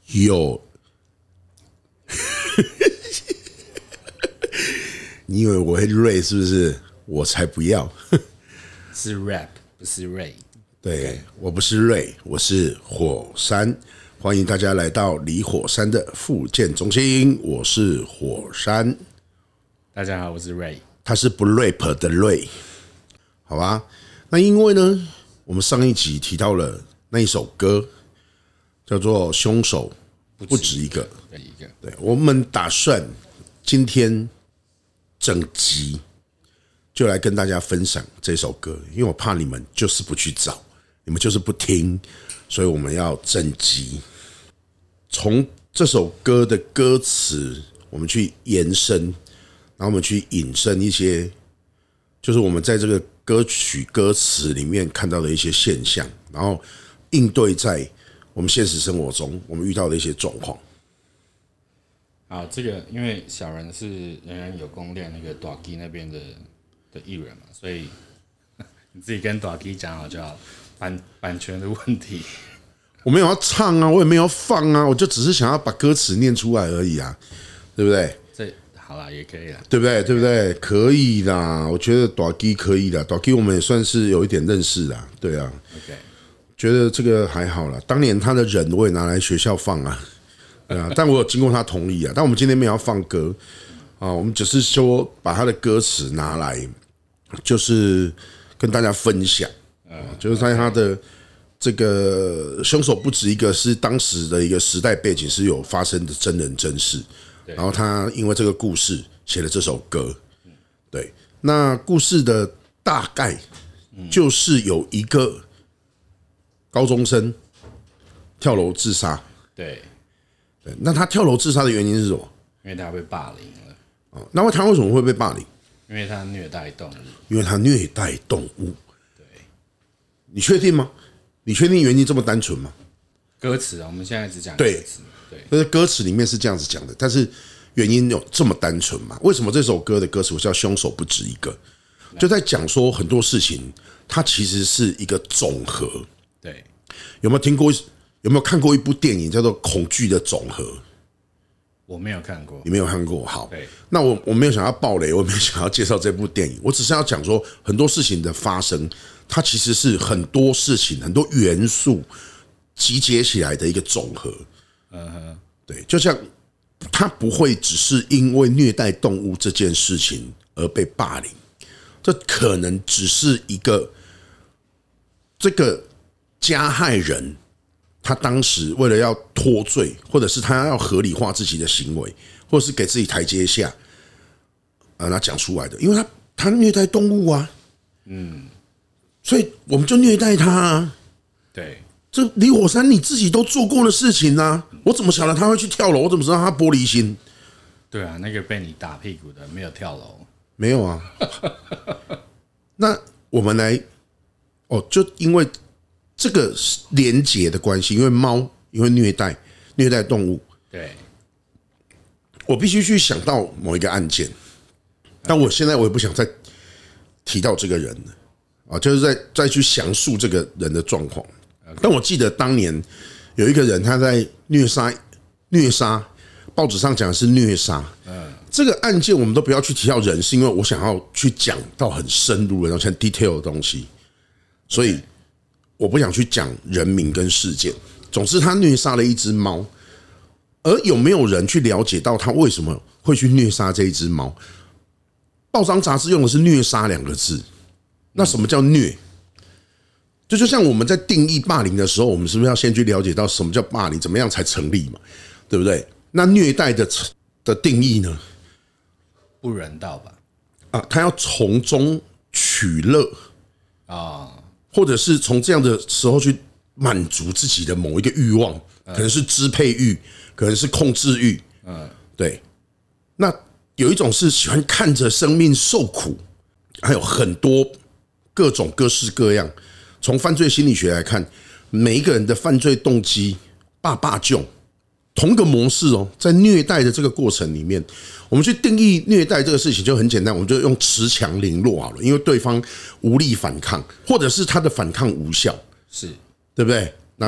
有，你以为我会瑞是不是？我才不要， 是 rap 不是 Ray。 对，我不是瑞，我是火山。欢迎大家来到李火山的复健中心，我是火山。 大家好，我是 Ray。 他是不 rap 的瑞，好吧？那因为呢，我们上一集提到了那一首歌，叫做《凶手不止一个》。对，我们打算今天整集就来跟大家分享这首歌，因为我怕你们就是不去找，你们就是不听，所以我们要整集从这首歌的歌词，我们去延伸，然后我们去引申一些，就是我们在这个歌曲歌词里面看到的一些现象，然后应对在我们现实生活中我们遇到的一些状况。 好，这个因为小人是人人有功练那个大基那边的艺人嘛，所以你自己跟大基讲好就好，版权的问题。 我没有要唱啊，我也没有要放啊，我就只是想要把歌词念出来而已啊，对不对？ 这好啦，也可以啦， 对不对？对不对？可以啦，我觉得大基可以的，大基我们也算是有一点认识啦，对啊。 OK， 觉得这个还好啦，当年他的人我也拿来学校放啊，对啊，但我有经过他同意啊。但我们今天没有要放歌啊，我们只是说把他的歌词拿来，就是跟大家分享，就是在他的这个凶手不止一个，是当时的一个时代背景是有发生的真人真事，然后他因为这个故事写了这首歌。对，那故事的大概就是有一个高中生跳楼自杀。 对， 那他跳楼自杀的原因是什么？ 因为他被霸凌了。 那他为什么会被霸凌？ 因为他虐待动物。 因为他虐待动物。 对， 你确定吗？你确定原因这么单纯吗？ 歌词啊，我们现在只讲歌词。对， 就是歌词里面是这样子讲的，但是原因有这么单纯吗？为什么这首歌的歌词叫凶手不止一个？就在讲说很多事情，它其实是一个总和。 对， 有没有听过？有没有看过一部电影叫做《恐惧的总和》？ 我没有看过。 你没有看过？好， 对， 那我没有想要爆雷，我没有想要介绍这部电影，我只是要讲说很多事情的发生，它其实是很多事情、很多元素集结起来的一个总和。对，就像他不会只是因为虐待动物这件事情而被霸凌，这可能只是一个这个加害人。他当时为了要脱罪，或者是他要合理化自己的行为，或者是给自己台阶下，他讲出来的，因为他虐待动物啊，所以我们就虐待他啊。 对， 这李火山你自己都做过的事情啊，我怎么晓得他会去跳楼？我怎么知道他玻璃心？ 对啊，那个被你打屁股的没有跳楼， 没有啊。那我们来，就因为这个连结的关系，因为猫，因为虐待动物， 对， 我必须去想到某一个案件，但我现在我也不想再提到这个人了，就是再去详述这个人的状况。但我记得当年有一个人他在虐杀，报纸上讲的是虐杀，这个案件我们都不要去提到人，是因为我想要去讲到很深入的、很 detail 的东西，所以我不想去讲人名跟事件。总之，他虐杀了一只猫，而有没有人去了解到他为什么会去虐杀这一只猫？报章杂志用的是"虐杀"2个字，那什么叫虐？就像我们在定义霸凌的时候，我们是不是要先去了解到什么叫霸凌，怎么样才成立嘛？对不对？那虐待的定义呢？ 不人道吧？ 他要从中取乐啊， 或者是从这样的时候去满足自己的某一个欲望，可能是支配欲，可能是控制欲。对。那有一种是喜欢看着生命受苦，还有很多各种各式各样。从犯罪心理学来看，每一个人的犯罪动机霸就同个模式在虐待的这个过程里面，我们去定义虐待这个事情就很简单，我们就用恃强凌弱好了，因为对方无力反抗，或者是他的反抗无效， 是， 对不对？那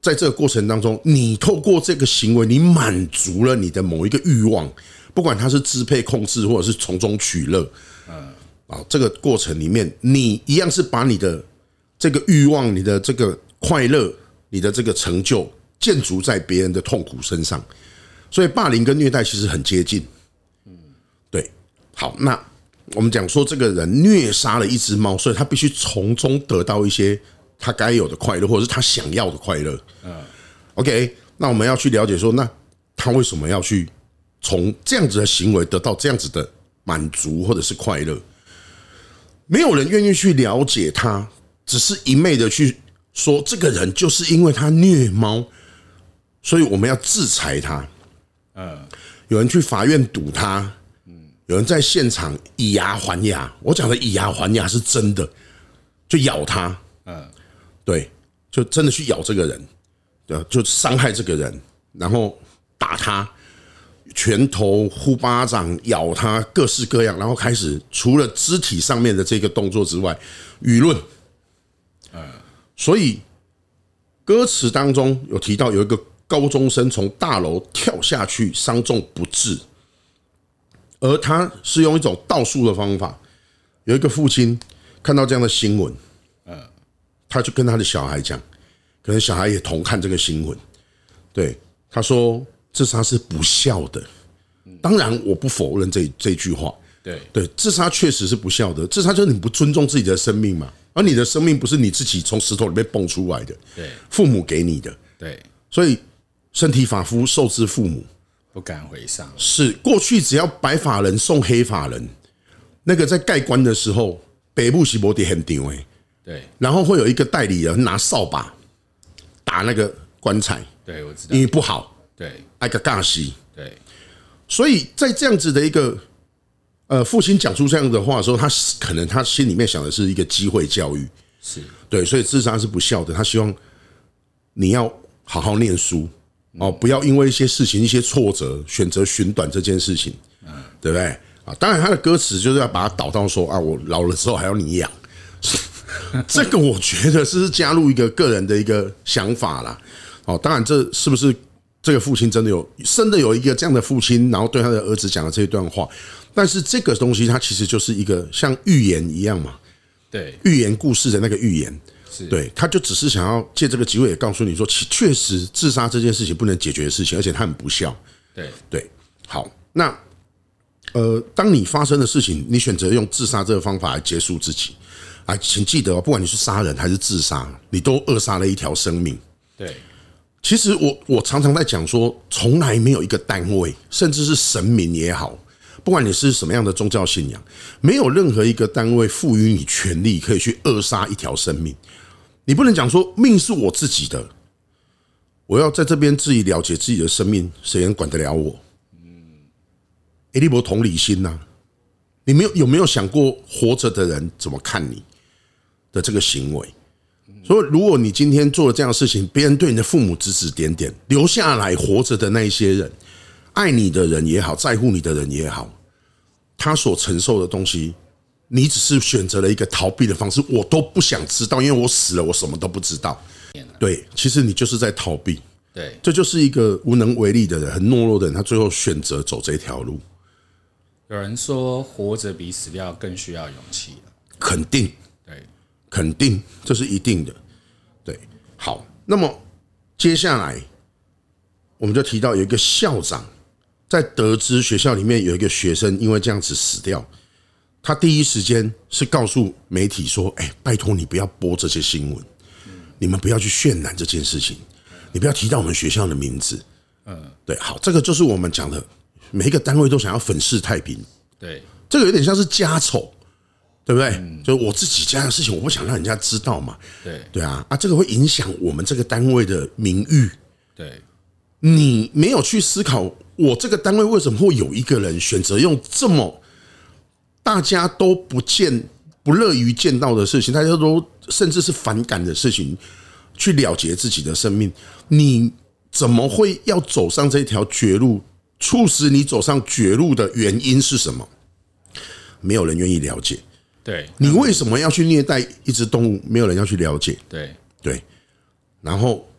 在这个过程当中，你透过这个行为，你满足了你的某一个欲望，不管它是支配、控制，或者是从中取乐。这个过程里面，你一样是把你的这个欲望、你的这个快乐、你的这个成就建筑在别人的痛苦身上，所以霸凌跟虐待其实很接近。对，好，那我们讲说这个人虐杀了一只猫，所以他必须从中得到一些他该有的快乐，或者是他想要的快乐。OK， 那我们要去了解说，那他为什么要去从这样子的行为得到这样子的满足或者是快乐？没有人愿意去了解他，只是一昧的去说这个人就是因为他虐猫，所以我们要制裁他。有人去法院堵他，有人在现场以牙还牙。我讲的以牙还牙是真的，就咬他。对，就真的去咬这个人，就伤害这个人，然后打他，拳头、呼巴掌、咬他，各式各样，然后开始除了肢体上面的这个动作之外，舆论。所以歌词当中有提到有一个高中生从大楼跳下去，伤重不治，而他是用一种倒数的方法。有一个父亲看到这样的新闻，他就跟他的小孩讲，可能小孩也同看这个新闻，对，他说自杀是不孝的。当然我不否认这句话，对，自杀确实是不孝的，自杀就是你不尊重自己的生命嘛，而你的生命不是你自己从石头里面蹦出来的，父母给你的，所以身体发肤受之父母， 不敢回上。 是过去只要白发人送黑发人，那个在盖棺的时候，北部是没得很丢然后会有一个代理人拿扫把打那个棺材， 我知道， 因为不好，爱个尬戏，所以在这样子的一个父亲讲出这样的话的时候，他可能他心里面想的是一个机会教育，对，所以自杀是不孝的。他希望你要好好念书不要因为一些事情、一些挫折选择寻短这件事情，对不对？当然他的歌词就是要把它导到说我老了之后还要你养。这个我觉得是加入一个个人的一个想法啦。当然这是不是这个父亲真的有一个这样的父亲，然后对他的儿子讲了这一段话？但是这个东西它其实就是一个像寓言一样嘛，寓言故事的那个寓言，对，他就只是想要借这个机会也告诉你说，确实自杀这件事情不能解决的事情，而且他很不孝。对，好，那当你发生的事情，你选择用自杀这个方法来结束自己。请记得不管你是杀人还是自杀，你都扼杀了一条生命。其实我常常在讲说，从来没有一个单位，甚至是神明也好，不管你是什么样的宗教信仰，没有任何一个单位赋予你权利可以去扼杀一条生命。你不能讲说命是我自己的，我要在这边自己了解自己的生命，谁能管得了我？你没有同理心啊，你有没有想过活着的人怎么看你的这个行为？所以如果你今天做了这样的事情，别人对你的父母指指点点，留下来活着的那一些人，爱你的人也好，在乎你的人也好，他所承受的东西，你只是选择了一个逃避的方式，我都不想知道，因为我死了，我什么都不知道。对，其实你就是在逃避。这就是一个无能为力的人，很懦弱的人，他最后选择走这条路。 有人说，活着比死掉更需要勇气。 肯定，肯定，这是一定的。对，好，那么接下来我们就提到有一个校长在得知学校里面有一个学生因为这样子死掉，他第一时间是告诉媒体说：“拜托你不要播这些新闻，你们不要去渲染这件事情，你不要提到我们学校的名字。”对，好，这个就是我们讲的，每一个单位都想要粉饰太平。这个有点像是家丑。对不对？就是我自己家的事情，我不想让人家知道嘛。对啊，这个会影响我们这个单位的名誉。你没有去思考，我这个单位为什么会有一个人选择用这么大家都不乐于见到的事情，大家都甚至是反感的事情，去了结自己的生命？你怎么会要走上这条绝路？促使你走上绝路的原因是什么？没有人愿意了解。你为什么要去虐待一只动物？没有人要去了解。 对， 然后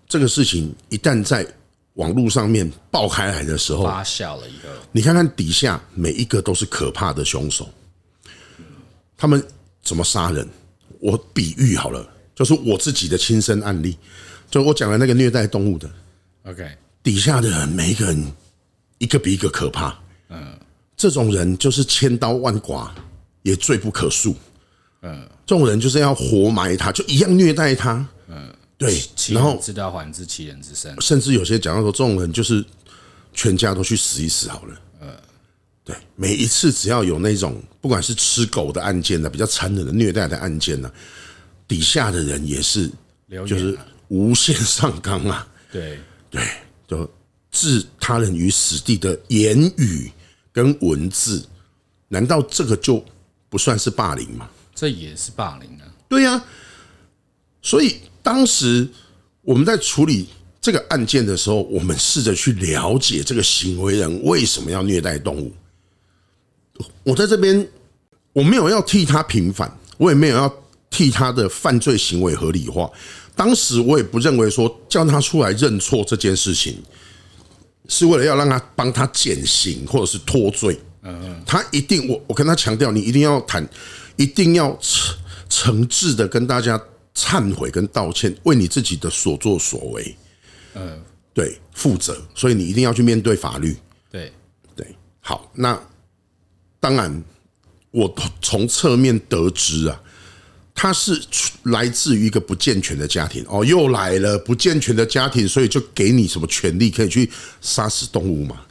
这个事情一旦在网络上面爆开来的时候， 发酵了以后， 你看看底下每一个都是可怕的凶手，他们怎么杀人？我比喻好了，就是我自己的亲身案例，就我讲的那个虐待动物的 ，OK， 底下的人每一个人一个比一个可怕，这种人就是千刀万剐也罪不可恕，这种人就是要活埋他，就一样虐待他，对，然后知道还治其人之身， 甚至有些讲到说，这种人就是全家都去死一死好了。对，每一次只要有那种不管是吃狗的案件呢，比较残忍的虐待的案件呢，底下的人也是就是无限上纲啊。 对对，就置他人于死地的言语跟文字，难道这个就不算是霸凌吗？ 这也是霸凌啊。 对呀，所以当时我们在处理这个案件的时候，我们试着去了解这个行为人为什么要虐待动物。我在这边，我没有要替他平反，我也没有要替他的犯罪行为合理化。当时我也不认为说叫他出来认错这件事情是为了要让他帮他减刑或者是脱罪。他一定，我跟他强调，你一定要一定要诚挚的跟大家忏悔跟道歉，为你自己的所作所为，对，负责。所以你一定要去面对法律。 对对，好，那当然，我从侧面得知啊，他是来自于一个不健全的家庭哦，又来了不健全的家庭，所以就给你什么权利可以去杀死动物嘛？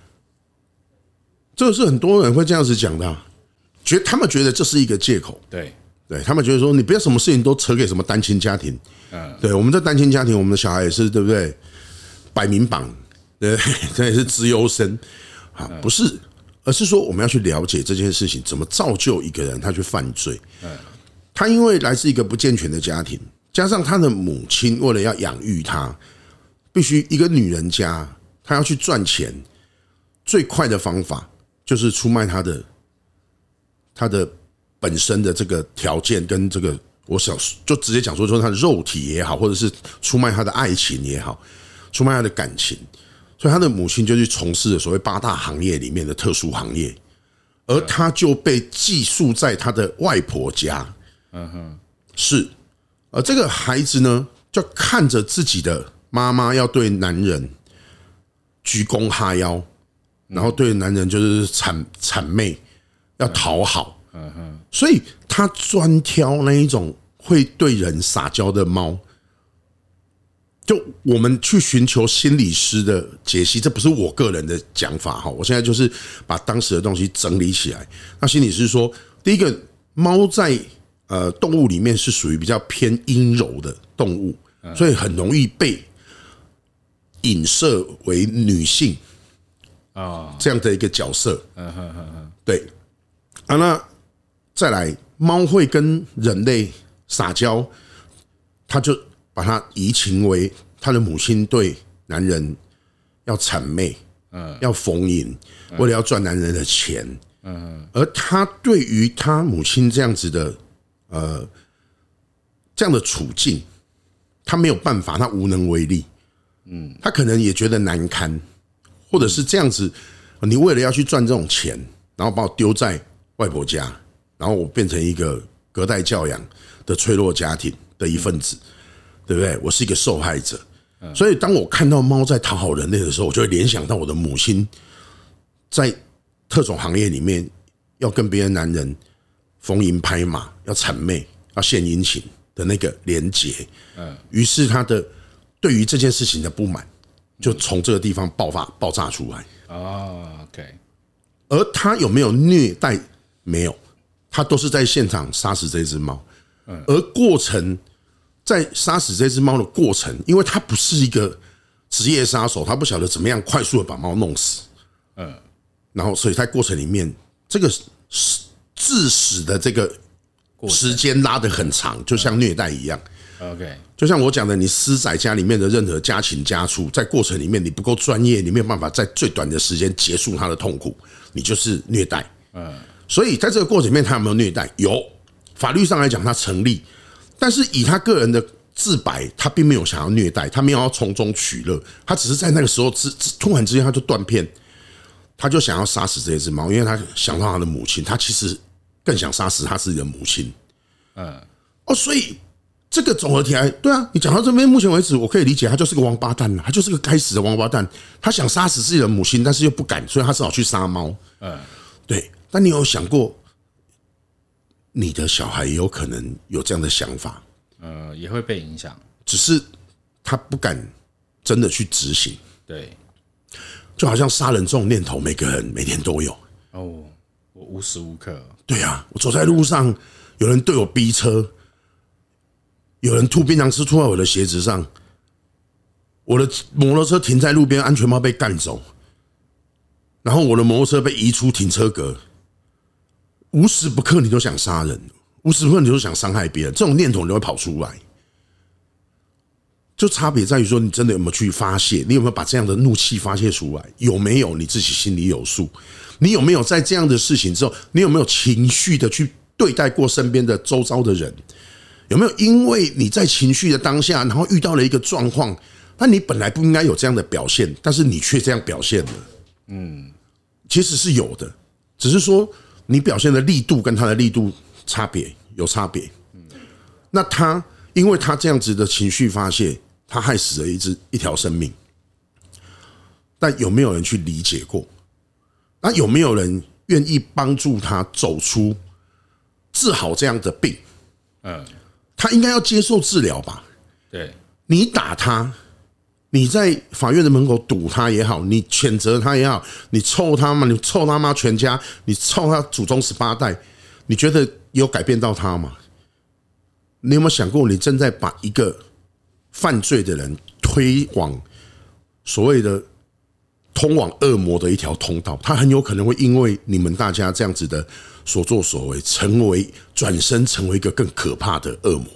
这是很多人会这样子讲的啊，他们觉得这是一个借口。 对。 对，他们觉得说，你不要什么事情都扯给什么单亲家庭。对，我们在单亲家庭，我们的小孩也是，对不对？百名榜，对，这也是资优生啊，不是，而是说我们要去了解这件事情怎么造就一个人他去犯罪。他因为来自一个不健全的家庭，加上他的母亲为了要养育他，必须一个女人家，她要去赚钱，最快的方法就是出卖她的本身的这个条件跟这个，我想就直接讲说他的肉体也好，或者是出卖他的爱情也好，出卖他的感情，所以他的母亲就去从事了所谓8大行业里面的特殊行业，而他就被寄宿在他的外婆家。是，而这个孩子呢，就看着自己的妈妈要对男人鞠躬哈腰，然后对男人就是谄媚，要讨好。所以他专挑那一种会对人撒娇的猫。就我们去寻求心理师的解析，这不是我个人的讲法哈，我现在就是把当时的东西整理起来。那心理师说，第一个，猫在动物里面是属于比较偏阴柔的动物，所以很容易被影射为女性这样的一个角色。对啊，那再来，猫会跟人类撒娇，他就把它移情为他的母亲对男人要谄媚，要逢迎，为了要赚男人的钱。而他对于他母亲这样子的这样的处境，他没有办法，他无能为力。他可能也觉得难堪，或者是这样子，你为了要去赚这种钱，然后把我丢在外婆家，然后我变成一个隔代教养的脆弱家庭的一份子，对不对？我是一个受害者。所以当我看到猫在讨好人类的时候，我就会联想到我的母亲在特种行业里面要跟别的男人逢迎拍马，要谄媚，要献殷勤的那个连结。于是他的对于这件事情的不满就从这个地方爆炸出来。 OK。 而他有没有虐待？没有，他都是在现场杀死这只猫。而过程，在杀死这只猫的过程，因为他不是一个职业杀手，他不晓得怎么样快速的把猫弄死。然后所以在过程里面，这个致死的这个时间拉得很长，就像虐待一样。 OK， 就像我讲的，你私宰家里面的任何家禽家畜，在过程里面你不够专业，你没有办法在最短的时间结束他的痛苦，你就是虐待。所以在这个过程里面，他有没有虐待？有，法律上来讲他成立，但是以他个人的自白，他并没有想要虐待，他没有要从中取乐，他只是在那个时候突然之间他就断片，他就想要杀死这只猫，因为他想到他的母亲，他其实更想杀死他自己的母亲。所以这个总合起来，对啊，你讲到这边，目前为止我可以理解，他就是个王八蛋，他就是个该死的王八蛋，他想杀死自己的母亲，但是又不敢，所以他只好去杀猫。对，但你有想过，你的小孩也有可能有这样的想法？ 也会被影响， 只是他不敢真的去执行。 对， 就好像杀人这种念头，每个人每天都有。 我无时无刻。 对啊，我走在路上，有人对我逼车，有人吐槟榔汁吐在我的鞋子上，我的摩托车停在路边，安全帽被干走，然后我的摩托车被移出停车格，无时不刻你都想杀人。无时不刻你就想伤害别人，这种念头你会跑出来，就差别在于说你真的有没有去发泄，你有没有把这样的怒气发泄出来，有没有你自己心里有数，你有没有在这样的事情之后，你有没有情绪的去对待过身边的周遭的人，有没有因为你在情绪的当下，然后遇到了一个状况，那你本来不应该有这样的表现，但是你却这样表现了，其实是有的，只是说你表现的力度跟他的力度有差别。那他因为他这样子的情绪发泄，他害死了一条生命。但有没有人去理解过？那有没有人愿意帮助他走出治好这样的病？他应该要接受治疗吧？ 对， 你打他，你在法院的门口堵他也好，你谴责他也好，你臭他妈，你臭他妈全家，你臭他祖宗18代，你觉得有改变到他吗？你有没有想过，你正在把一个犯罪的人推往所谓的通往恶魔的一条通道？他很有可能会因为你们大家这样子的所作所为，转身成为一个更可怕的恶魔。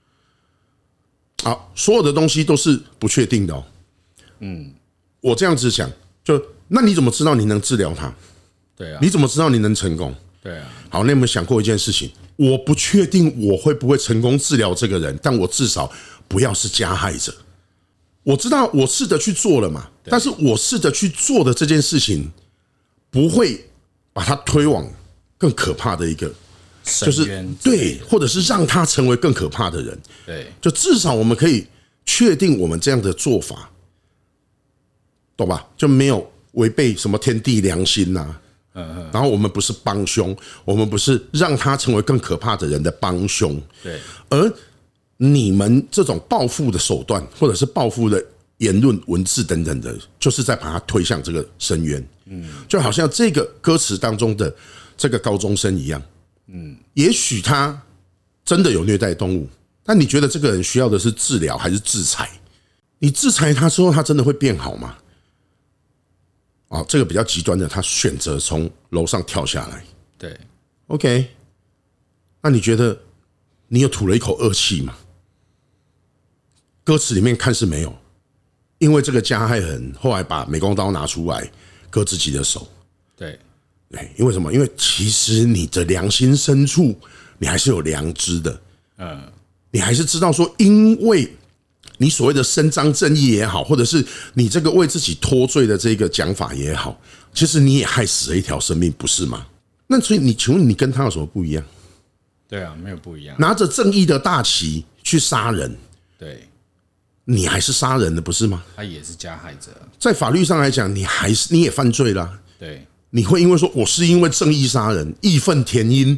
好，所有的东西都是不确定的哦。我这样子讲，那你怎么知道你能治疗他？ 对啊， 你怎么知道你能成功？ 对啊。 好，那有没有想过一件事情？我不确定我会不会成功治疗这个人，但我至少不要是加害者。我知道我试着去做了嘛，但是我试着去做的这件事情，不会把他推往更可怕的一个，就是对，或者是让他成为更可怕的人。 对， 就至少我们可以确定我们这样的做法，懂吧？就没有违背什么天地良心呐。然后我们不是帮凶，我们不是让他成为更可怕的人的帮凶。 对， 而你们这种报复的手段，或者是报复的言论、文字等等的，就是在把他推向这个深渊。就好像这个歌词当中的这个高中生一样。也许他真的有虐待动物，但你觉得这个人需要的是治疗还是制裁？你制裁他之后，他真的会变好吗？这个比较极端的，他选择从楼上跳下来。 对 ，OK， 那你觉得你有吐了一口恶气吗？歌词里面看似没有，因为这个加害人后来把美工刀拿出来割自己的手。 对， 因为什么？因为其实你的良心深处，你还是有良知的。你还是知道说，因为你所谓的伸张正义也好，或者是你这个为自己脱罪的这个讲法也好，其实你也害死了一条生命，不是吗？那所以请问你跟他有什么不一样？ 对啊，没有不一样。 拿着正义的大旗去杀人， 对， 你还是杀人的，不是吗？ 他也是加害者， 在法律上来讲，你也犯罪了。 对， 你会因为说我是因为正义杀人，义愤填膺，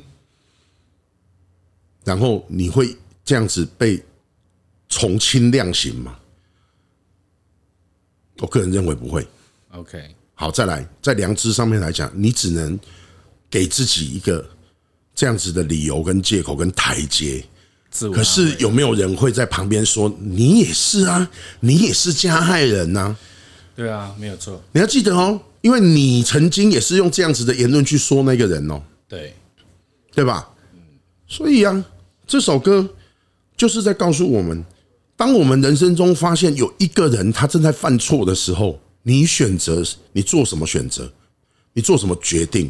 然后你会这样子被从轻量刑吗？我个人认为不会。 OK， 好，再来，在良知上面来讲，你只能给自己一个这样子的理由、跟借口、跟台阶。可是有没有人会在旁边说你也是啊，你也是加害人啊？ 对啊，没有错。 你要记得哦，因为你曾经也是用这样子的言论去说那个人哦，对吧？所以啊，这首歌就是在告诉我们，当我们人生中发现有一个人他正在犯错的时候，你做什么选择，你做什么决定？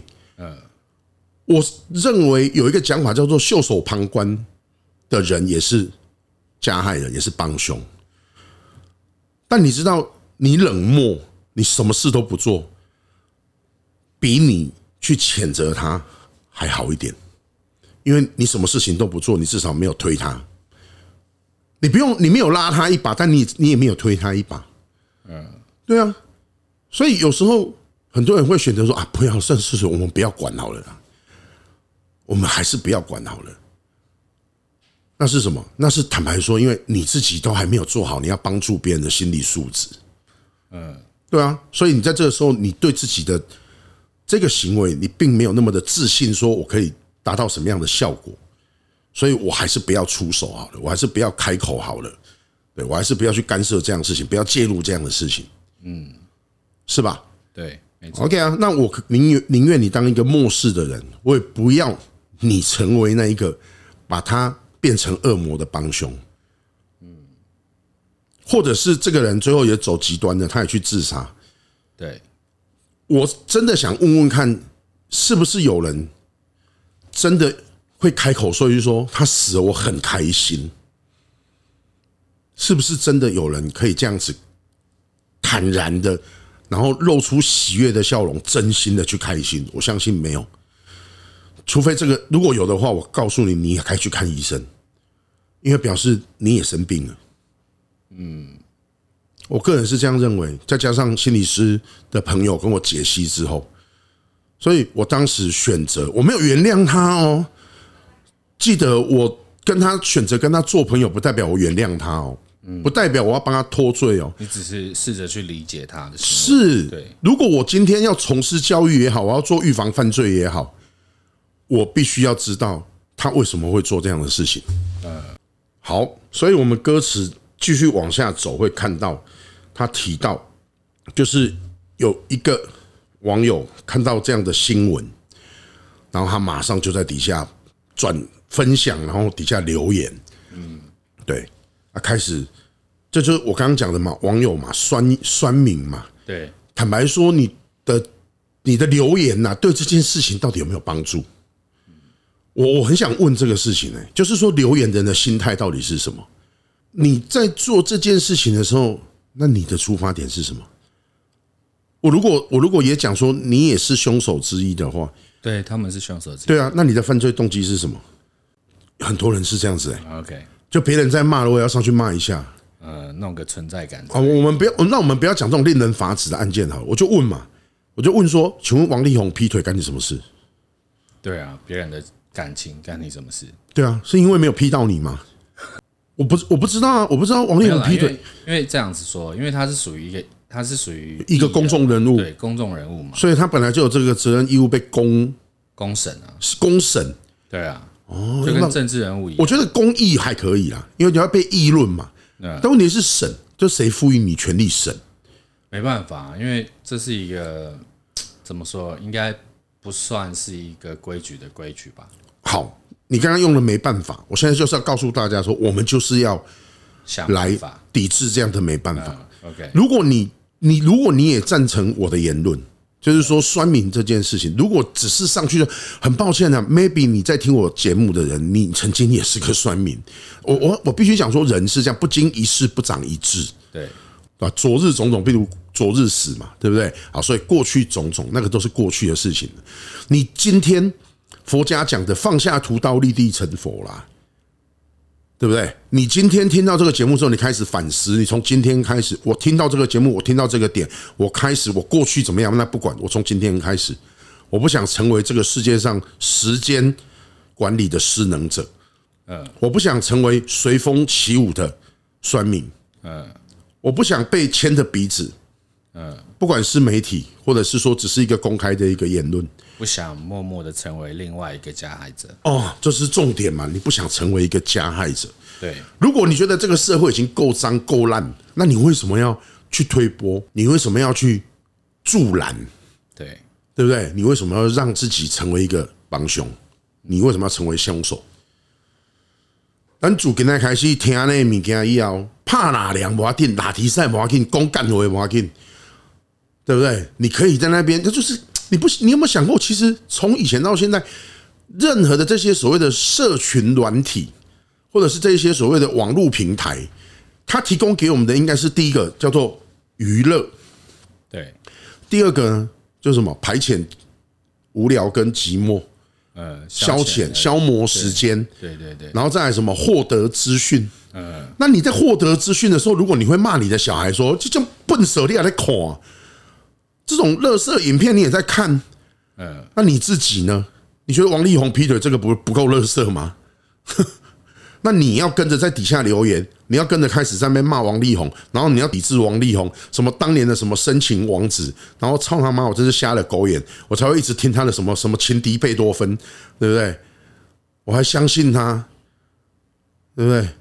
我认为有一个讲法叫做袖手旁观的人也是加害人，也是帮凶。但你知道，你冷漠，你什么事都不做，比你去谴责他还好一点，因为你什么事情都不做，你至少没有推他。你没有拉他一把，但你也没有推他一把。对啊。所以有时候很多人会选择说啊，不要算是我们不要管好了啦，我们还是不要管好了。那是什么？那是坦白说，因为你自己都还没有做好，你要帮助别人的心理素质。对啊，所以你在这个时候，你对自己的这个行为，你并没有那么的自信，说我可以达到什么样的效果，所以我还是不要出手好了，我还是不要开口好了，对，我还是不要去干涉这样的事情，不要介入这样的事情，是吧？ 对，没错。 OK 啊，那我宁愿你当一个漠视的人，我也不要你成为那一个把他变成恶魔的帮凶。或者是这个人最后也走极端了，他也去自杀。 对， 我真的想问问看，是不是有人真的会开口说一句说他死了我很开心？是不是真的有人可以这样子坦然的，然后露出喜悦的笑容，真心的去开心？我相信没有，除非这个如果有的话，我告诉你，你也该去看医生，因为表示你也生病了。我个人是这样认为，再加上心理师的朋友跟我解析之后，所以我当时选择我没有原谅他哦。记得我跟他选择跟他做朋友，不代表我原谅他哦，不代表我要帮他脱罪哦。 你只是试着去理解他的行为。 是， 对。 如果我今天要从事教育也好，我要做预防犯罪也好，我必须要知道他为什么会做这样的事情。好，所以我们歌词继续往下走，会看到他提到，就是有一个网友看到这样的新闻，然后他马上就在底下分享，然后底下留言，对，开始，这就是我刚刚讲的嘛，网友嘛，酸民嘛， 对， 坦白说，你的留言呐，对这件事情到底有没有帮助？我很想问这个事情就是说留言人的心态到底是什么？你在做这件事情的时候，那你的出发点是什么？我如果也讲说你也是凶手之一的话， 对，他们是凶手之一。 对啊，那你的犯罪动机是什么？很多人是这样子 OK， 就别人在骂了，我也要上去骂一下， 弄个存在感。 我们不要讲这种令人发指的案件好了，我就问嘛，我就问说，请问王力宏劈腿干你什么事？ 对啊，别人的感情干你什么事？ 对啊，是因为没有劈到你吗？我不知道啊，我不知道王力宏劈腿， 因为这样子说，因为他是属于一个公众人物， 对，公众人物嘛， 所以他本来就有这个责任义务被公审啊， 公审， 对啊，就跟政治人物一样。 我觉得公议还可以啦，因为你要被议论嘛。但问题是审，就谁赋予你权利审？ 没办法，因为这是一个怎么说，应该不算是一个规矩的规矩吧。 好，你刚刚用了没办法，我现在就是要告诉大家说，我们就是要来抵制这样的没办法。 OK， 如果你也赞成我的言论，就是说酸民这件事情，如果只是上去就很抱歉啊 ，maybe 你在听我节目的人，你曾经也是个酸民。我必须讲说，人是这样，不经一事不长一智。 对。 昨日种种，不如昨日死嘛，对不对？好，所以过去种种，那个都是过去的事情。你今天佛家讲的放下屠刀，立地成佛啦，对不对？你今天听到这个节目之后，你开始反思，你从今天开始，我听到这个节目，我听到这个点，我过去怎么样，那不管，我从今天开始，我不想成为这个世界上时间管理的失能者，我不想成为随风起舞的酸民，我不想被牵着鼻子，不管是媒体，或者是说只是一个公开的一个言论， 不想默默的成为另外一个加害者。 这是重点嘛？你不想成为一个加害者。 对， 如果你觉得这个社会已经够脏够烂，那你为什么要去推波？你为什么要去助澜？ 对不对？你为什么要让自己成为一个帮凶？你为什么要成为凶手？咱自今天开始听那物件以后，怕哪凉无要紧，打题赛无要紧，公干话无要紧，对不对？你可以在那边，就是你有没有想过，其实从以前到现在，任何的这些所谓的社群软体， 或者是这些所谓的网络平台，它提供给我们的应该是第一个叫做娱乐， 对， 第二个呢就是什么排遣无聊跟寂寞，消遣消磨时间， 对对对， 然后再来什么获得资讯。那你在获得资讯的时候，如果你会骂你的小孩说这叫笨手，你还在看这种垃圾影片，你也在看，那你自己呢？你觉得王力宏劈腿这个不够垃圾吗？那你要跟着在底下留言，你要跟着开始在那边骂王力宏，然后你要抵制王力宏，什么当年的什么深情王子，然后操他妈，我真是瞎了狗眼，我才会一直听他的什么情敌贝多芬，对不对？我还相信他，对不对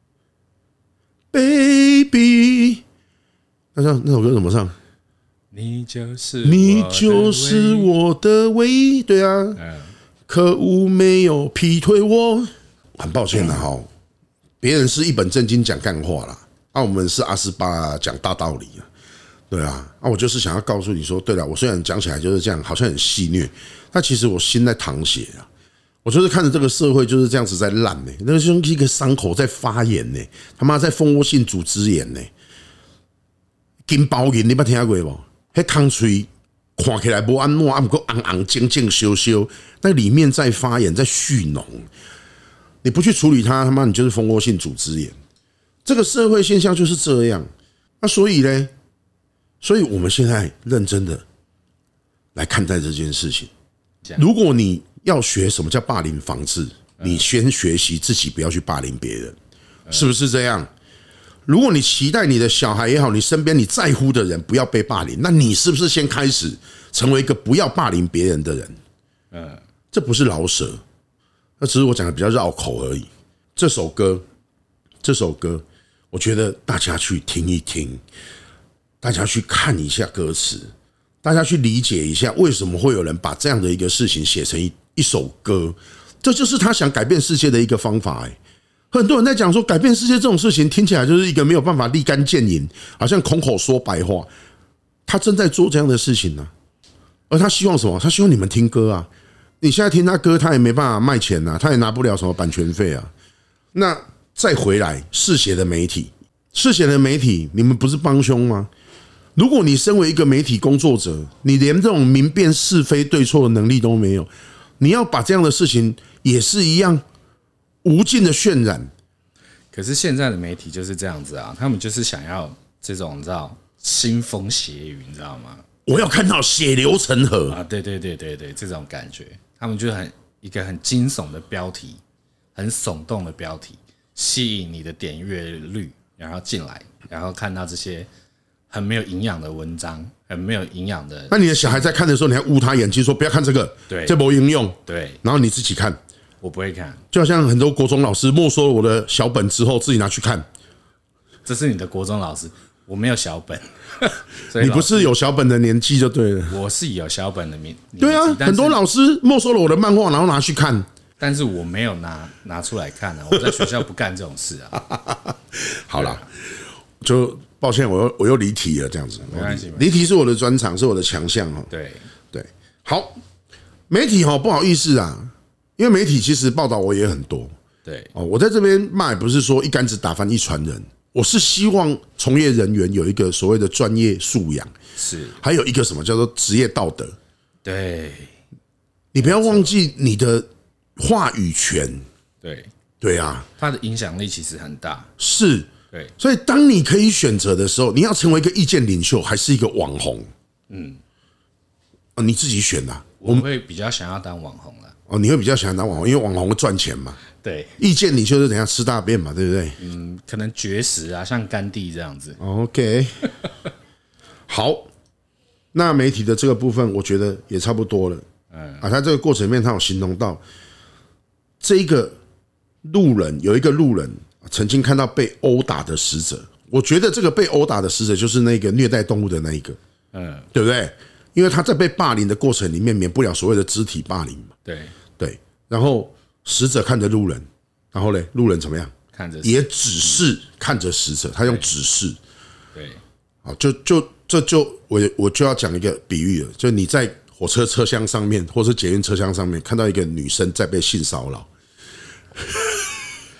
？Baby， 那首歌怎么唱？ 你就是我的唯一，对啊，可恶没有劈腿我。很抱歉啦，别人是一本正经讲干话啦，我们是阿斯巴讲大道理啊，对啊，我就是想要告诉你说，对了，我虽然讲起来就是这样，好像很戏谑，但其实我心在淌血啊，我就是看着这个社会就是这样子在烂呢，那个像一个伤口在发炎呢，他妈在蜂窝性组织炎呢，金包银你捌听过无？那空嘴看起来不安怎，不过昂静静羞羞，那里面在发炎，在蓄脓。你不去处理它，他妈你就是蜂窝性组织炎。这个社会现象就是这样。那所以呢，所以我们现在认真的来看待这件事情。如果你要学什么叫霸凌防治，你先学习自己不要去霸凌别人，是不是这样？如果你期待你的小孩也好，你身边你在乎的人不要被霸凌，那你是不是先开始成为一个不要霸凌别人的人？这不是老舍，那只是我讲的比较绕口而已。这首歌，我觉得大家去听一听，大家去看一下歌词，大家去理解一下为什么会有人把这样的一个事情写成一首歌，这就是他想改变世界的一个方法。很多人在讲说改变世界这种事情听起来就是一个没有办法立竿见影，好像空口说白话。他正在做这样的事情呢，而他希望什么？他希望你们听歌啊！你现在听他歌，他也没办法卖钱啊，他也拿不了什么版权费啊。那再回来，嗜血的媒体，你们不是帮凶吗？如果你身为一个媒体工作者，你连这种明辨是非对错的能力都没有，你要把这样的事情也是一样无尽的渲染。 可是现在的媒体就是这样子啊，他们就是想要这种你知道腥风血雨，你知道吗？ 我要看到血流成河啊！对，这种感觉，他们就一个很惊悚的标题，很耸动的标题，吸引你的点阅率，然后进来，然后看到这些很没有营养的文章，很没有营养的。 那你的小孩在看的时候，你还捂他眼睛说不要看这个， 对， 这没营养。 对， 然后你自己看。 我不会看， 就好像很多国中老师没收了我的小本之后，自己拿去看。 这是你的国中老师，我没有小本， 你不是有小本的年纪就对了。 我是有小本的年纪， 对啊，很多老师没收了我的漫画，然后拿去看， 但是我没有拿出来看啊，我在学校不干这种事啊。 好啦，就抱歉，我又离题了，这样子没关系， 离题是我的专长，是我的强项哈。 对， 好，媒体哈不好意思啊。因为媒体其实报道我也很多， 对我在这边骂也不是说一竿子打翻一船人，我是希望从业人员有一个所谓的专业素养， 是还有一个什么叫做职业道德。 对， 你不要忘记你的话语权。对啊， 它的影响力其实很大。 是， 对， 所以当你可以选择的时候，你要成为一个意见领袖，还是一个网红？你自己选啦。 我们会比较想要当网红啦。 你会比较想当网红，因为网红会赚钱嘛。 对， 意见领袖是怎样吃大便嘛，对不对？ 可能绝食啊，像甘地这样子。 OK， 好，那媒体的这个部分，我觉得也差不多了。他这个过程里面，他有形容到这一个路人，有一个路人曾经看到被殴打的死者。我觉得这个被殴打的死者就是那个虐待动物的那一个，对不对？因为他在被霸凌的过程里面，免不了所谓的肢体霸凌嘛。对，然后死者看着路人，然后呢，路人怎么样？ 看着也只是看着死者，他用指示。 对， 好，我就要讲一个比喻了，就你在火车车厢上面，或是捷运车厢上面看到一个女生在被性骚扰，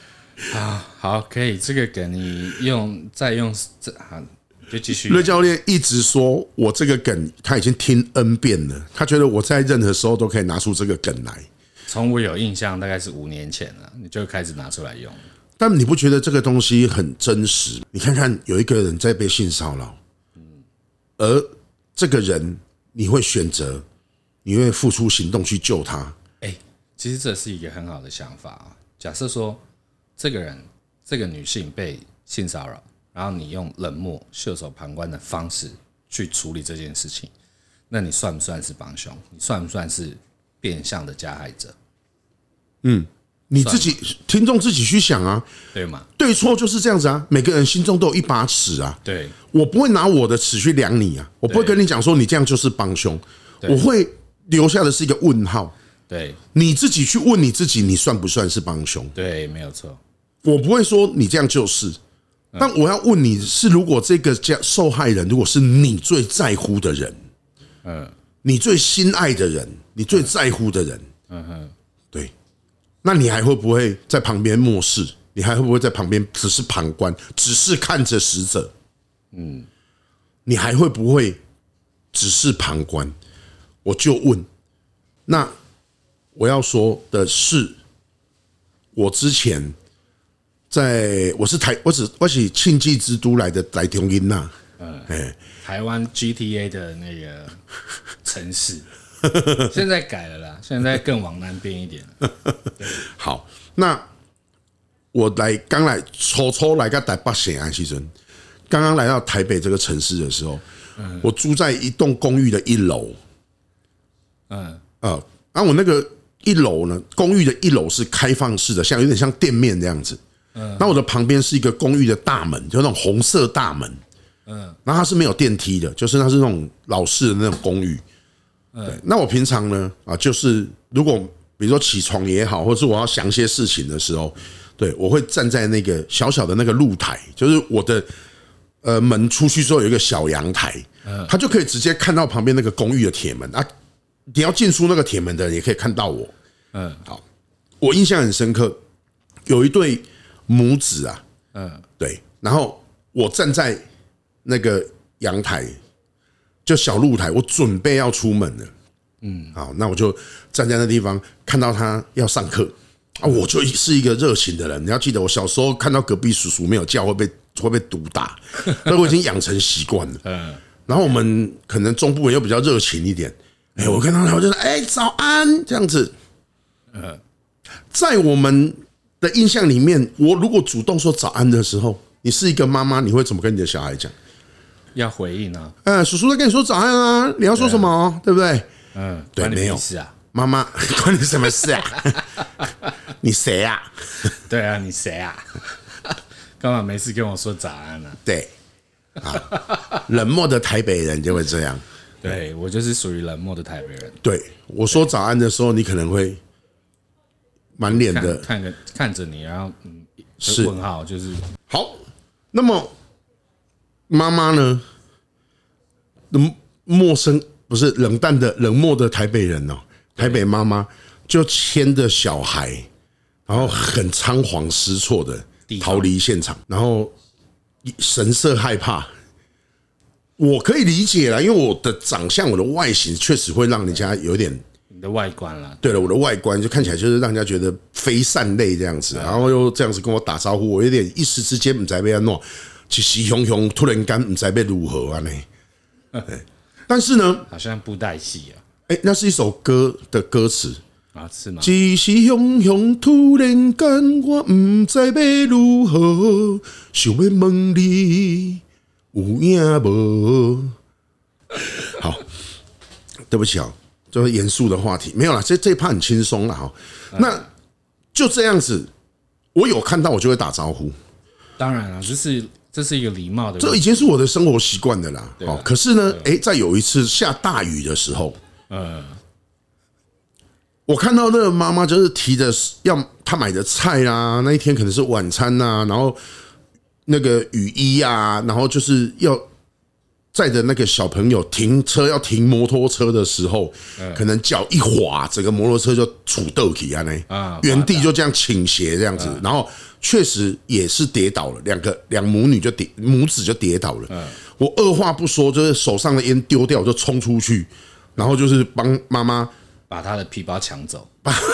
啊，好，可以，这个梗你再用这好，就继续。 瑞教练一直说我这个梗他已经听 N 遍了，他觉得我在任何时候都可以拿出这个梗来。 从我有印象，大概是5年前了，你就开始拿出来用。 但你不觉得这个东西很真实？你看看，有一个人在被性骚扰，而这个人你会选择，你会付出行动去救他。 其实这是一个很好的想法啊。假设说这个女性被性骚扰，然后你用冷漠、袖手旁观的方式去处理这件事情，那你算不算是帮凶？你算不算是变相的加害者？ 你自己听众自己去想啊， 对吗？ 对错就是这样子啊，每个人心中都有一把尺啊。 对， 我不会拿我的尺去量你啊，我不会跟你讲说你这样就是帮凶，我会留下的是一个问号。 对， 你自己去问你自己，你算不算是帮凶？ 对，没有错。 我不会说你这样就是，但我要问你是，如果这个受害人如果是你最在乎的人，你最心爱的人，你最在乎的人，对，那你还会不会在旁边漠视？你还会不会在旁边只是旁观，只是看着死者？你还会不会只是旁观？我就问，那我要说的是，我之前我是庆记之都来中音呐， 台湾 GTA 的那个城市，现在改了啦，现在更往南边一点。 好，那我刚来初来到台北省的时候，刚刚来到台北这个城市的时候，我住在一栋公寓的1楼，我那个1楼呢，公寓的1楼是开放式的，有点像店面这样子。那我的旁边是一个公寓的大门，就那种红色大门。然后它是没有电梯的，就是它是那种老式的那种公寓。那我平常呢，就是如果比如说起床也好，或者是我要想一些事情的时候，对我会站在那个小小的那个露台，就是我的门出去之后有一个小阳台，它就可以直接看到旁边那个公寓的铁门啊。你要进出那个铁门的人也可以看到我。好，我印象很深刻，有一对母子啊，对，然后我站在那个阳台，就小露台，我准备要出门了。好，那我就站在那地方，看到他要上课啊，我就是一个热情的人。你要记得，我小时候看到隔壁叔叔没有叫会被毒打，所以我已经养成习惯了。然后我们可能中部人又比较热情一点，我看到他我就说早安这样子。在我们的印象里面，我如果主动说早安的时候，你是一个妈妈，你会怎么跟你的小孩讲？ 要回应啊！ 叔叔在跟你说早安啊，你要说什么？对不对？对，没有是啊， 妈妈关你什么事啊？你谁啊？ 对啊，你谁啊？干嘛没事跟我说早安啊？ 对，冷漠的台北人就会这样。 对，我就是属于冷漠的台北人。 对，我说早安的时候，你可能会满脸的看着你，然后是问号，就是好。那么妈妈呢？陌生不是冷淡的冷漠的台北人哦，台北妈妈就牵着小孩，然后很仓皇失措的逃离现场，然后神色害怕。我可以理解啦，因为我的长相、我的外形确实会让人家有点你的外观啦。 对了，我的外观就看起来就是让人家觉得非善类这样子，然后又这样子跟我打招呼，我有点一时之间不知道要弄，起喜汹汹，突然间不知道要如何啊呢？但是呢， 好像布袋戏啊， 那是一首歌的歌词啊，是吗？ 一时汹汹，突然间我不知要如何，想要问你。有影无？好，对不起啊，就是严肃的话题没有啦，这一趴很轻松了哈。那就这样子，我有看到我就会打招呼。 当然了，这是一个礼貌的， 这已经是我的生活习惯的啦。可是呢，在有一次下大雨的时候，我看到那个妈妈就是提着她买的菜啦，那一天可能是晚餐啦，然后。那个雨衣啊，然后就是要载着那个小朋友停车，要停摩托车的时候，可能脚一滑，整个摩托车就杵倒起啊，原地就这样倾斜这样子，然后确实也是跌倒了，两母子就跌倒了。我二话不说，就是手上的烟丢掉，我就冲出去，然后就是帮妈妈把她的皮包抢走。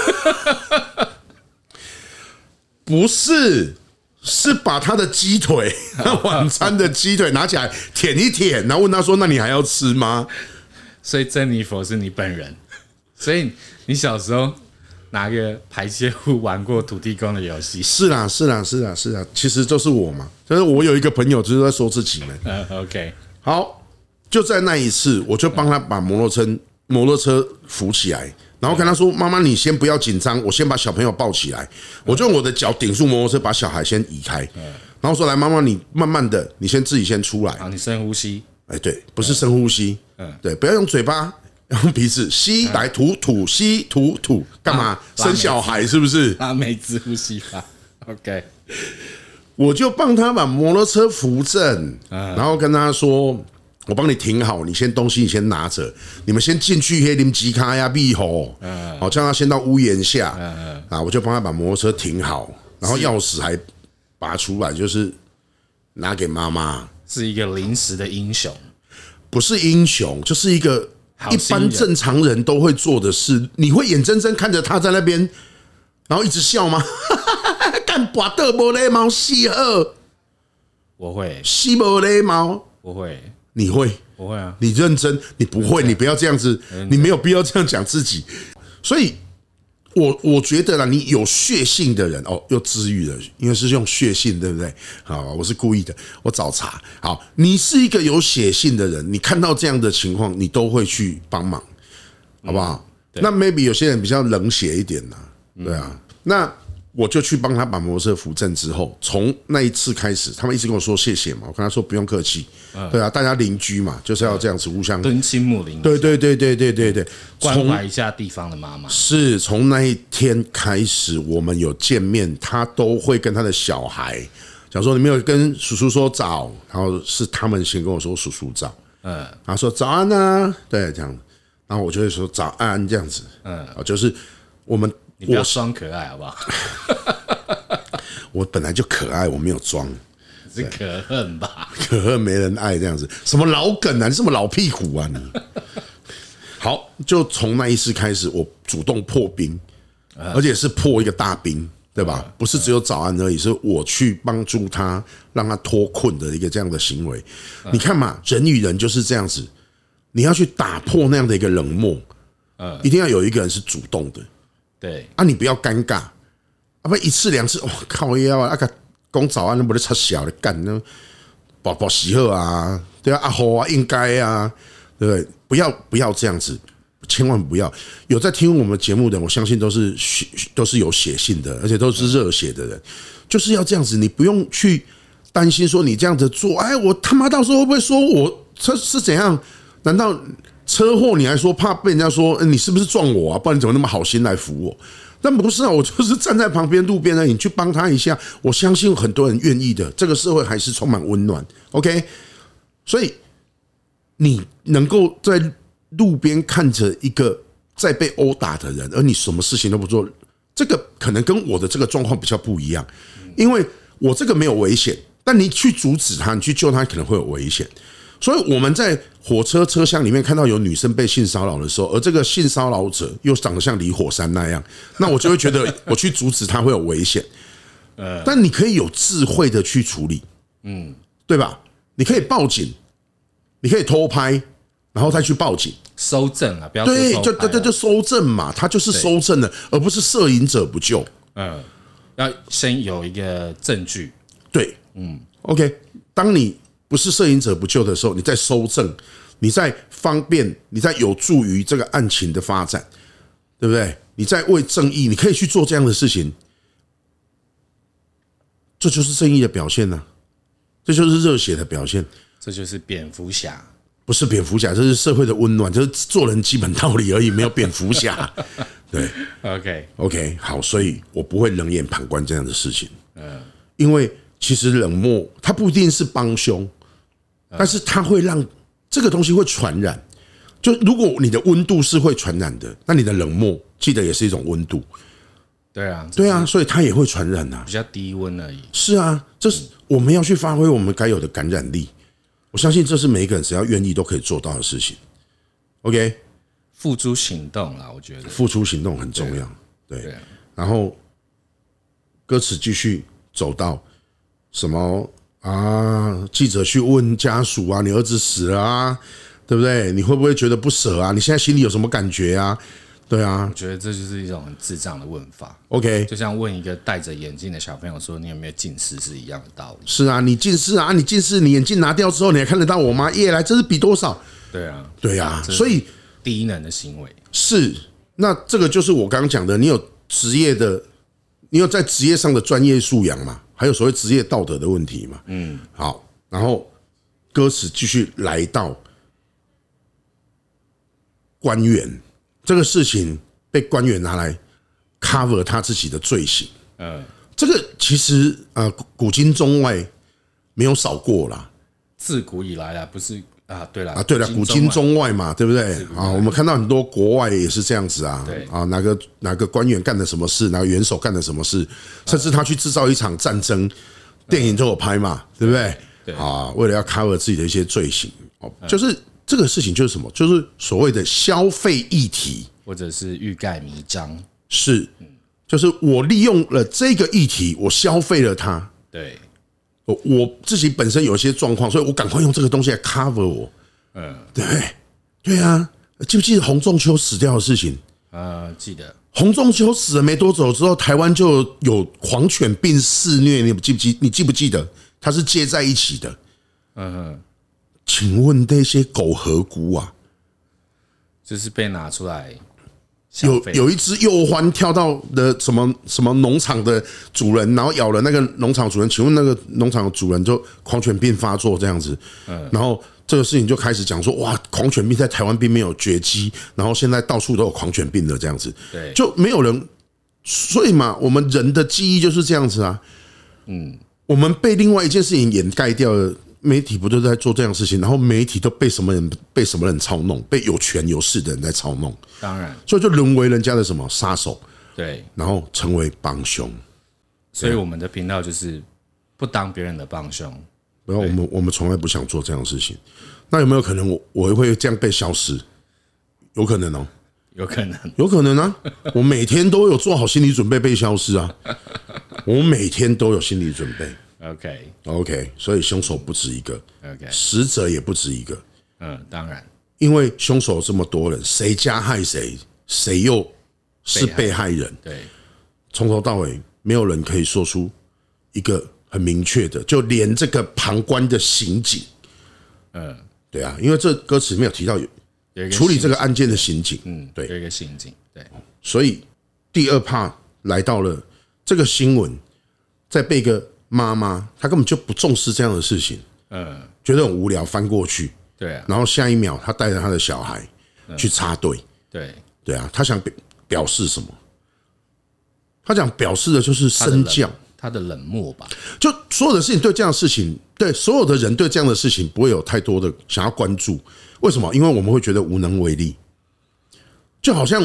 不是，是把她的鸡腿，晚餐的鸡腿拿起来舔一舔，然后问她说：“那你还要吃吗？” 所以珍妮佛是你本人，所以你小时候拿个排泄物玩过土地公的游戏？ 是啦，其实就是我嘛，就是我有一个朋友就是在说自己呢。 OK， 好，就在那一次，我就帮他把摩托车扶起来，然后跟他说：“妈妈，你先不要紧张，我先把小朋友抱起来。”我就用我的脚顶住摩托车，把小孩先移开，然后说：“来，妈妈，你慢慢的，你自己先出来。” 好，你深呼吸。 哎，对，不是深呼吸，对，不要用嘴巴，用鼻子吸，来吐吸吐，干嘛？生小孩是不是？ 拉梅兹呼吸法。OK， 我就帮他把摩托车扶正，然后跟他说：“我帮你停好，你东西你先拿着，你们先进去黑林吉卡呀闭吼，好，叫他先到屋檐下，啊，我就帮他把摩托车停好，然后钥匙还拔出来，就是拿给妈妈。” 是一个临时的英雄， 不是英雄，就是一个一般正常人都会做的事。你会眼睁睁看着他在那边，然后一直笑吗？干拔的无礼貌，死二， 我会死无礼貌， 我会， 你会， 我会啊， 你认真，你不会，你不要这样子，你没有必要这样讲自己。所以，我觉得啦，你有血性的人哦，又治愈了，因为是用血性，对不对？好，我是故意的，我找茬。好，你是一个有血性的人，你看到这样的情况，你都会去帮忙，好不好？那 maybe 有些人比较冷血一点呐，对啊，那。我就去帮他把摩托车扶正之后，从那一次开始，他们一直跟我说谢谢嘛，我跟他说不用客气，对啊，大家邻居嘛，就是要这样子互相敦亲睦邻， 对， 关怀一下地方的妈妈。 是从那一天开始，我们有见面，他都会跟他的小孩讲说：“你没有跟叔叔说早。”然后是他们先跟我说叔叔早，然后说早安啊，对，这样，然后我就会说早安这样子，就是我们。 你不要装可爱好不好？ 我本来就可爱，我没有装。 是可恨吧？ 可恨没人爱这样子，什么老梗啊？你什么老屁股啊你？好，就从那一次开始，我主动破冰，而且是破一个大冰，对吧？不是只有早安而已，是我去帮助他，让他脱困的一个这样的行为。你看嘛，人与人就是这样子，你要去打破那样的一个冷漠，一定要有一个人是主动的。 对啊，你不要尴尬，不一次两次，哇靠腰啊！个讲早安，那不是插小的干那宝喜贺啊，对啊，阿好啊，应该啊，对不对？不要这样子，千万不要。有在听我们节目的，我相信都是有血性的，而且都是热血的人，就是要这样子，你不用去担心说你这样子做，哎，我他妈到时候会不会说我这是怎样？难道？车祸你还说怕被人家说你是不是撞我啊？不然你怎么那么好心来扶我？但不是啊，我就是站在旁边路边而已，你去帮他一下，我相信很多人愿意的。这个社会还是充满温暖 ，OK？ 所以你能够在路边看着一个在被殴打的人，而你什么事情都不做，这个可能跟我的这个状况比较不一样，因为我这个没有危险，但你去阻止他，你去救他，可能会有危险。所以我们在火车车厢里面看到有女生被性骚扰的时候，而这个性骚扰者又长得像李火山那样，那我就会觉得我去阻止他会有危险。但你可以有智慧的去处理，对吧？你可以报警，你可以偷拍，然后再去报警， 收证啊，不要说偷拍对，就收证嘛，他就是收证的，而不是摄影者不救。 要先有一个证据。 对，OK， 当你不是摄影者不救的时候，你在收证，你在方便，你在有助于这个案情的发展，对不对？你在为正义，你可以去做这样的事情，这就是正义的表现呢、这就是热血的表现， 这就是蝙蝠侠， 不是蝙蝠侠，这是社会的温暖，这是做人基本道理而已，没有蝙蝠侠。对 ，OK， 好，所以我不会冷眼旁观这样的事情，因为其实冷漠它不一定是帮凶。但是它会让这个东西会传染，就如果你的温度是会传染的，那你的冷漠记得也是一种温度。 对啊， 对啊，所以它也会传染啊， 比较低温而已。 是啊，这是我们要去发挥我们该有的感染力。我相信这是每一个人只要愿意都可以做到的事情。OK， 付诸行动啦，我觉得付出行动很重要。对，然后歌词继续走到什么啊？记者去问家属啊，你儿子死了啊，对不对？你会不会觉得不舍啊？你现在心里有什么感觉啊？对啊， 我觉得这就是一种很智障的问法。 OK， 就像问一个戴着眼镜的小朋友说你有没有近视是一样的道理。 是啊，你近视啊，你近视，你眼镜拿掉之后，你还看得到我吗？耶，来，这是比多少？ 对啊， 对啊，所以低能的行为是，那这个就是我刚刚讲的，你有职业的，你有在职业上的专业素养嘛，还有所谓职业道德的问题嘛。好，然后歌词继续来到官员这个事情，被官员拿来 cover 他自己的罪行。这个其实古今中外没有少过啦。 自古以来啊，不是啊，对了古今中外嘛，对不对啊？我们看到很多国外也是这样子啊，啊，哪个官员干了什么事，哪个元首干了什么事，甚至他去制造一场战争，电影都有拍嘛，对不对？啊，为了要 cover 自己的一些罪行，就是这个事情就是什么？就是所谓的消费议题， 或者是欲盖弥彰， 是，就是我利用了这个议题，我消费了它， 对。 我自己本身有一些状况，所以我赶快用这个东西来 cover 我。对不对？对啊，记不记得洪仲丘死掉的事情？ 记得。 洪仲丘死了没多久之后，台湾就有狂犬病肆虐，你记不记得？它是接在一起的。请问这些狗何辜啊？ 就是被拿出来。 有一只幼獾跳到的什么农场的主人，然后咬了那个农场主人。请问那个农场的主人就狂犬病发作这样子，然后这个事情就开始讲说，哇，狂犬病在台湾并没有绝迹，然后现在到处都有狂犬病的这样子，就没有人。所以嘛，我们人的记忆就是这样子啊。我们被另外一件事情掩盖掉了。媒体不都在做这样的事情，然后媒体都被什么人操弄，被有权有势的人在操弄， 当然， 所以就沦为人家的什么杀手， 对， 然后成为帮凶。 所以我们的频道就是不当别人的帮凶。 然后我们从来不想做这样的事情。那有没有可能我会这样被消失？有可能哦，有可能啊！我每天都有做好心理准备被消失啊，我每天都有心理准备。OK， 所以凶手不止一个，死者也不止一个。 当然， 因为凶手这么多人，谁加害谁，谁又是被害人？ 对， 从頭到尾没有人可以说出一个很明确的，就连这个旁观的刑警，对啊，因为这歌词没有提到有处理这个案件的刑警，对， 有一个刑警，对， 所以第二 part 来到了这个新闻，在被一个妈妈，她根本就不重视这样的事情，觉得很无聊，翻过去， 对啊， 然后下一秒，她带着她的小孩去插队，对啊，她想表示什么？她想表示的就是身教， 她的冷漠吧。 就所有的事情，对这样的事情，对所有的人对这样的事情不会有太多的想要关注。为什么？因为我们会觉得无能为力。就好像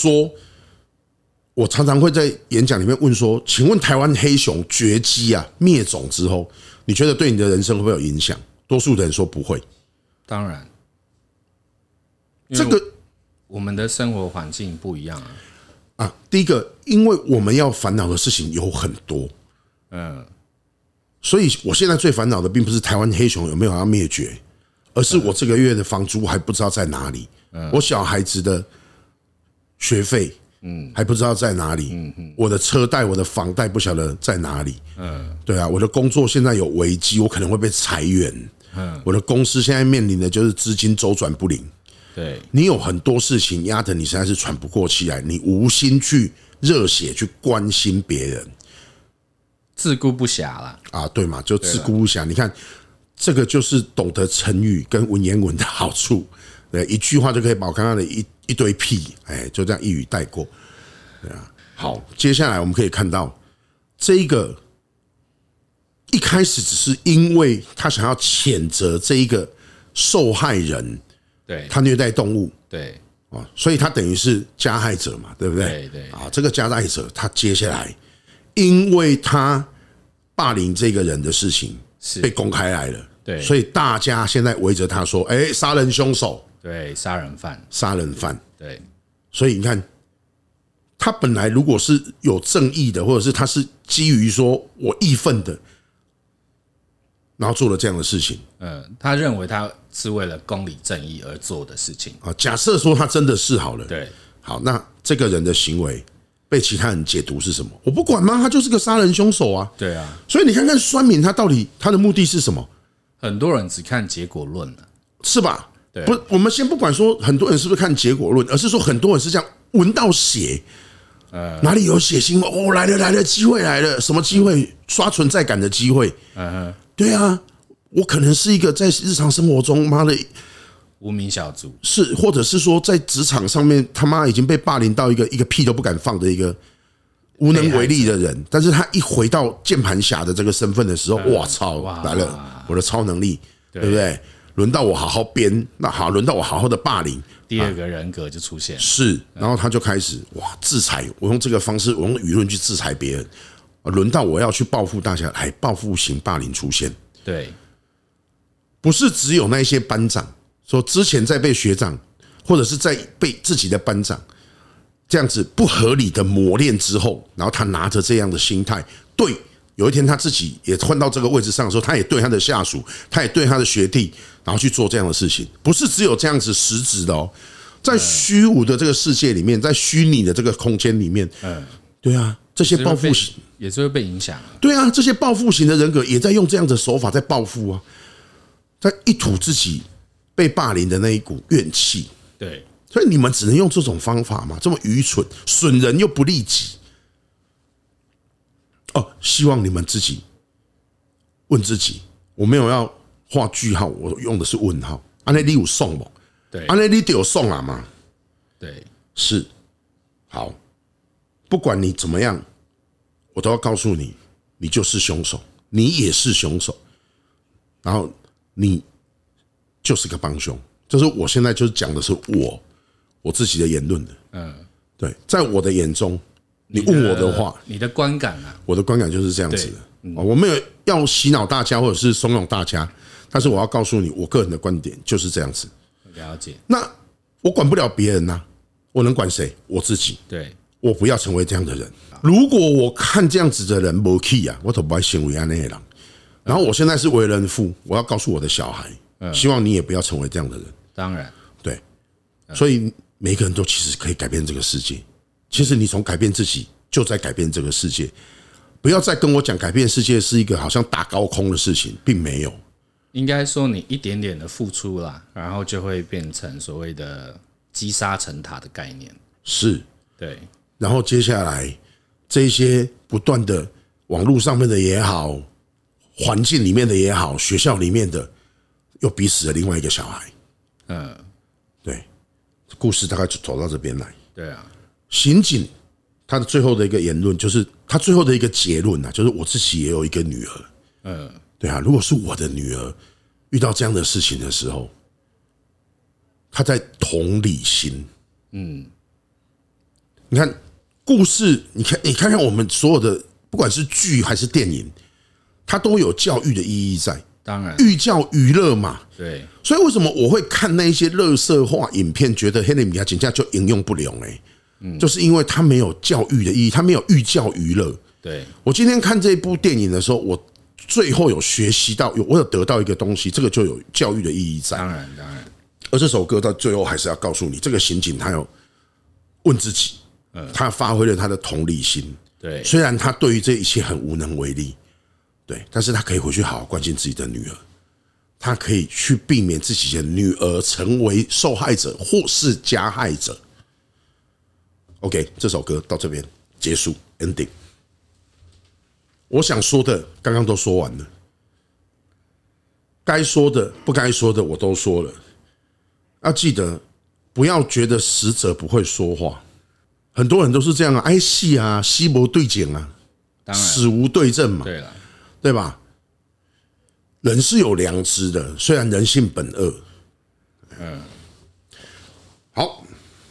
我常常会在演讲里面问说，请问台湾黑熊绝迹啊灭种之后，你觉得对你的人生会不会有影响？多数的人说不会。 当然， 这个我们的生活环境不一样啊。 第一个，因为我们要烦恼的事情有很多，所以我现在最烦恼的并不是台湾黑熊有没有要灭绝，而是我这个月的房租还不知道在哪里，我小孩子的学费还不知道在哪里，我的车贷、我的房贷不晓得在哪里，对啊，我的工作现在有危机，我可能会被裁员，我的公司现在面临的就是资金周转不灵， 对， 你有很多事情压得你实在是喘不过气来，你无心去热血去关心别人， 自顾不暇啦啊，对嘛，就自顾不暇。你看，这个就是懂得成语跟文言文的好处，对，一句话就可以把我刚刚的一堆屁，就这样一语带过，对啊。好，接下来我们可以看到，这一个一开始只是因为他想要谴责这一个受害人， 对， 他虐待动物， 对， 所以他等于是加害者嘛，对不对？ 对这个加害者他接下来，因为他霸凌这个人的事情被公开来了， 对， 所以大家现在围着他说，杀人凶手， 对，杀人犯，对， 所以你看，他本来如果是有正义的，或者是他是基于说我义愤的，然后做了这样的事情， 他认为他是为了公理正义而做的事情假设说他真的是好了， 对， 好，那这个人的行为被其他人解读是什么？我不管吗？他就是个杀人凶手啊！ 对啊， 所以你看看酸民他到底他的目的是什么？ 很多人只看结果论了， 是吧？ 对， 不，我们先不管说很多人是不是看结果论，而是说很多人是这样闻到血，哪里有血腥哦，来了，机会来了，什么机会？刷存在感的机会。对啊，我可能是一个在日常生活中，妈的无名小卒， 是，或者是说在职场上面他妈已经被霸凌到一个屁都不敢放的一个无能为力的人，但是他一回到键盘侠的这个身份的时候，哇操，来了我的超能力，对不对？轮到我好好编，那好，轮到我好好的霸凌， 第二个人格就出现， 是，然后他就开始制裁，我用这个方式，我用舆论去制裁别人，轮到我要去报复大家，报复型霸凌出现， 对， 不是只有那些班长说之前在被学长或者是在被自己的班长这样子不合理的磨练之后，然后他拿着这样的心态，对，有一天他自己也换到这个位置上的时候，他也对他的下属，他也对他的学弟，然后去做这样的事情，不是只有这样子实质的哦，在虚无的这个世界里面，在虚拟的这个空间里面，对啊，这些报复型也是会被影响， 对啊，这些报复型的人格也在用这样的手法在报复啊，在一吐自己被霸凌的那一股怨气， 对。 所以你们只能用这种方法嘛？这么愚蠢，损人又不利己。希望你们自己问自己，我没有要画句号，我用的是问号。安内你有送吗？ 对， 安内你有送啊嘛？ 对， 是。好，不管你怎么样，我都要告诉你，你就是凶手，你也是凶手，然后你就是个帮凶。这是我现在就是讲的是我自己的言论的，对，在我的眼中，你问我的话， 你的观感啊， 我的观感就是这样子的。我没有要洗脑大家或者是怂恿大家，但是我要告诉你，我个人的观点就是这样子。 了解。 那我管不了别人呐，我能管谁？我自己。 对， 我不要成为这样的人。如果我看这样子的人没气啊，我都不会成为这样的人。然后我现在是为人父，我要告诉我的小孩，希望你也不要成为这样的人。 当然， 对，所以每个人都其实可以改变这个世界。其实你从改变自己，就在改变这个世界。不要再跟我讲改变世界是一个好像打高空的事情，并没有。 应该说你一点点的付出啦，然后就会变成所谓的积沙成塔的概念。 是， 对。 然后接下来这些不断的网络上面的也好，环境里面的也好，学校里面的又逼死了另外一个小孩。对，故事大概就走到这边来。 对啊， 刑警他的最后的一个言论，就是他最后的一个结论啊，就是我自己也有一个女儿。对啊，如果是我的女儿遇到这样的事情的时候，她在同理心。你看故事，你看看我们所有的，不管是剧还是电影，它都有教育的意义在。 当然， 寓教于乐嘛。 对， 所以为什么我会看那些垃圾化影片，觉得黑人米亚请假就应用不良就是因为它没有教育的意义，它没有寓教于乐。 对， 我今天看这部电影的时候，我最后有学习到，我有得到一个东西，这个就有教育的意义在。 当然。 而这首歌到最后还是要告诉你，这个刑警他有问自己，他发挥了他的同理心。 对， 虽然他对于这一切很无能为力，对，但是他可以回去好好关心自己的女儿，他可以去避免自己的女儿成为受害者或是加害者。OK， 这首歌到这边结束 ending。我想说的刚刚都说完了，该说的不该说的我都说了。要记得，不要觉得死者不会说话。很多人都是这样啊，哎戏啊，戏无对景啊，死无对证嘛， 对了， 对吧？人是有良知的，虽然人性本恶。好，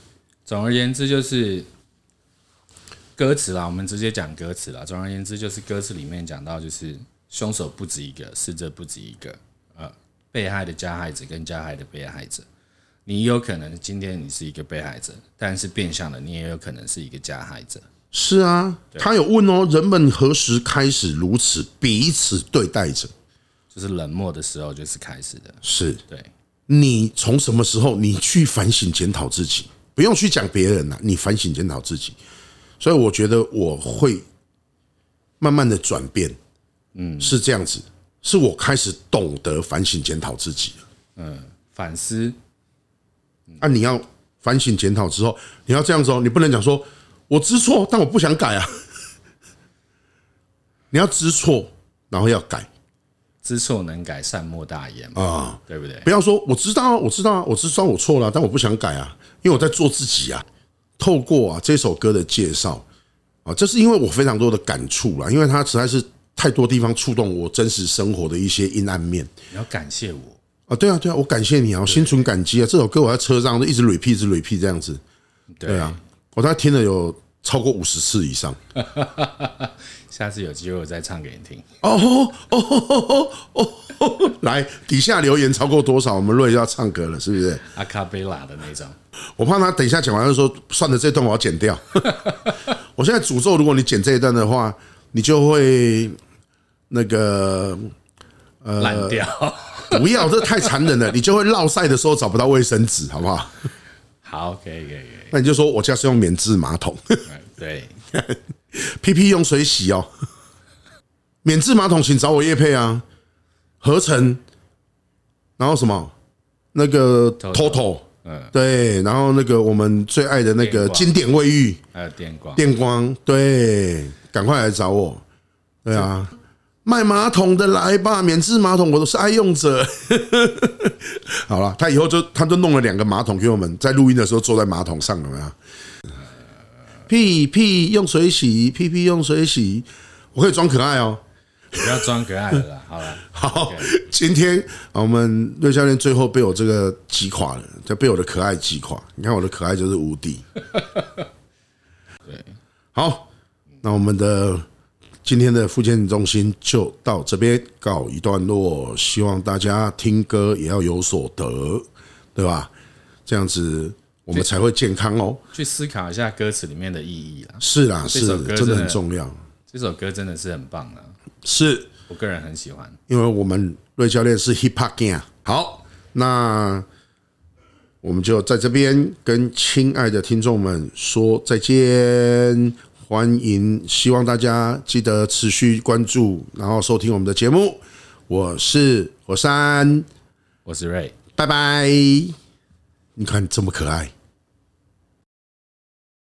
总而言之就是歌词啦，我们直接讲歌词啦。总而言之就是歌词里面讲到，就是凶手不止一个，死者不止一个，被害的加害者跟加害的被害者。你有可能今天你是一个被害者，但是变相的你也有可能是一个加害者。 是啊，他有问哦，人们何时开始如此彼此对待着？ 就是冷漠的时候就是开始的。 是， 对， 你从什么时候你去反省检讨自己？不用去讲别人啦，你反省检讨自己。所以我觉得我会慢慢的转变，是这样子，是我开始懂得反省检讨自己了。 反思。 你要反省检讨之后，你要这样子哦，你不能讲说我知错，但我不想改啊。你要知错，然后要改。 知错能改，善莫大焉嘛，对不对？ 不要说我知道啊，我知道啊，我知道我错了，但我不想改啊，因为我在做自己啊。透过这首歌的介绍这是因为我非常多的感触啦，因为它实在是太多地方触动我真实生活的一些阴暗面。 你要感谢我对啊，对啊，我感谢你啊，我心存感激啊。这首歌我在车上就一直 repeat， 一直 repeat 这样子。对啊，我大概听了有超过50次以上。 下次有机会我再唱给你听。 来，底下留言超过多少，我们瑞就要唱歌了，是不是？ 阿卡贝拉的那种。 我怕他等一下讲完就说，算了，这段我要剪掉。我现在诅咒，如果你剪这一段的话，你就会那个烂掉。 不要，这太残忍了，你就会落晒的时候找不到卫生纸，好不好？ 好，可以。 那你就说我家是用免治马桶。 对。 PP 用水洗哦，免治马桶请找我业配啊，合成，然后什么那个 Total， 对，然后那个我们最爱的那个经典卫浴， 还有电光， 对，赶快来找我，对啊，卖马桶的来吧，免治马桶我都是爱用者。好了，他以后他就弄了2个马桶给我们，在录音的时候坐在马桶上，有没有？屁用水洗，屁用水洗，我可以装可爱哦。 不要装可爱了啦，好了。 好，今天我们瑞教练最后被我这个击垮了，就被我的可爱击垮。你看我的可爱就是无敌。 对， 好，那我们的今天的复健中心就到这边告一段落，希望大家听歌也要有所得，对吧？这样子我们才会健康哦。 去思考一下歌词里面的意义啦。 是啦，是真的很重要。 这首歌真的是很棒的， 是我个人很喜欢。 因为我们瑞教练是 Hip Hop Gang。好，那我们就在这边跟亲爱的听众们说再见。欢迎，希望大家记得持续关注，然后收听我们的节目。我是火山， 我是瑞， 拜拜。你看这么可爱。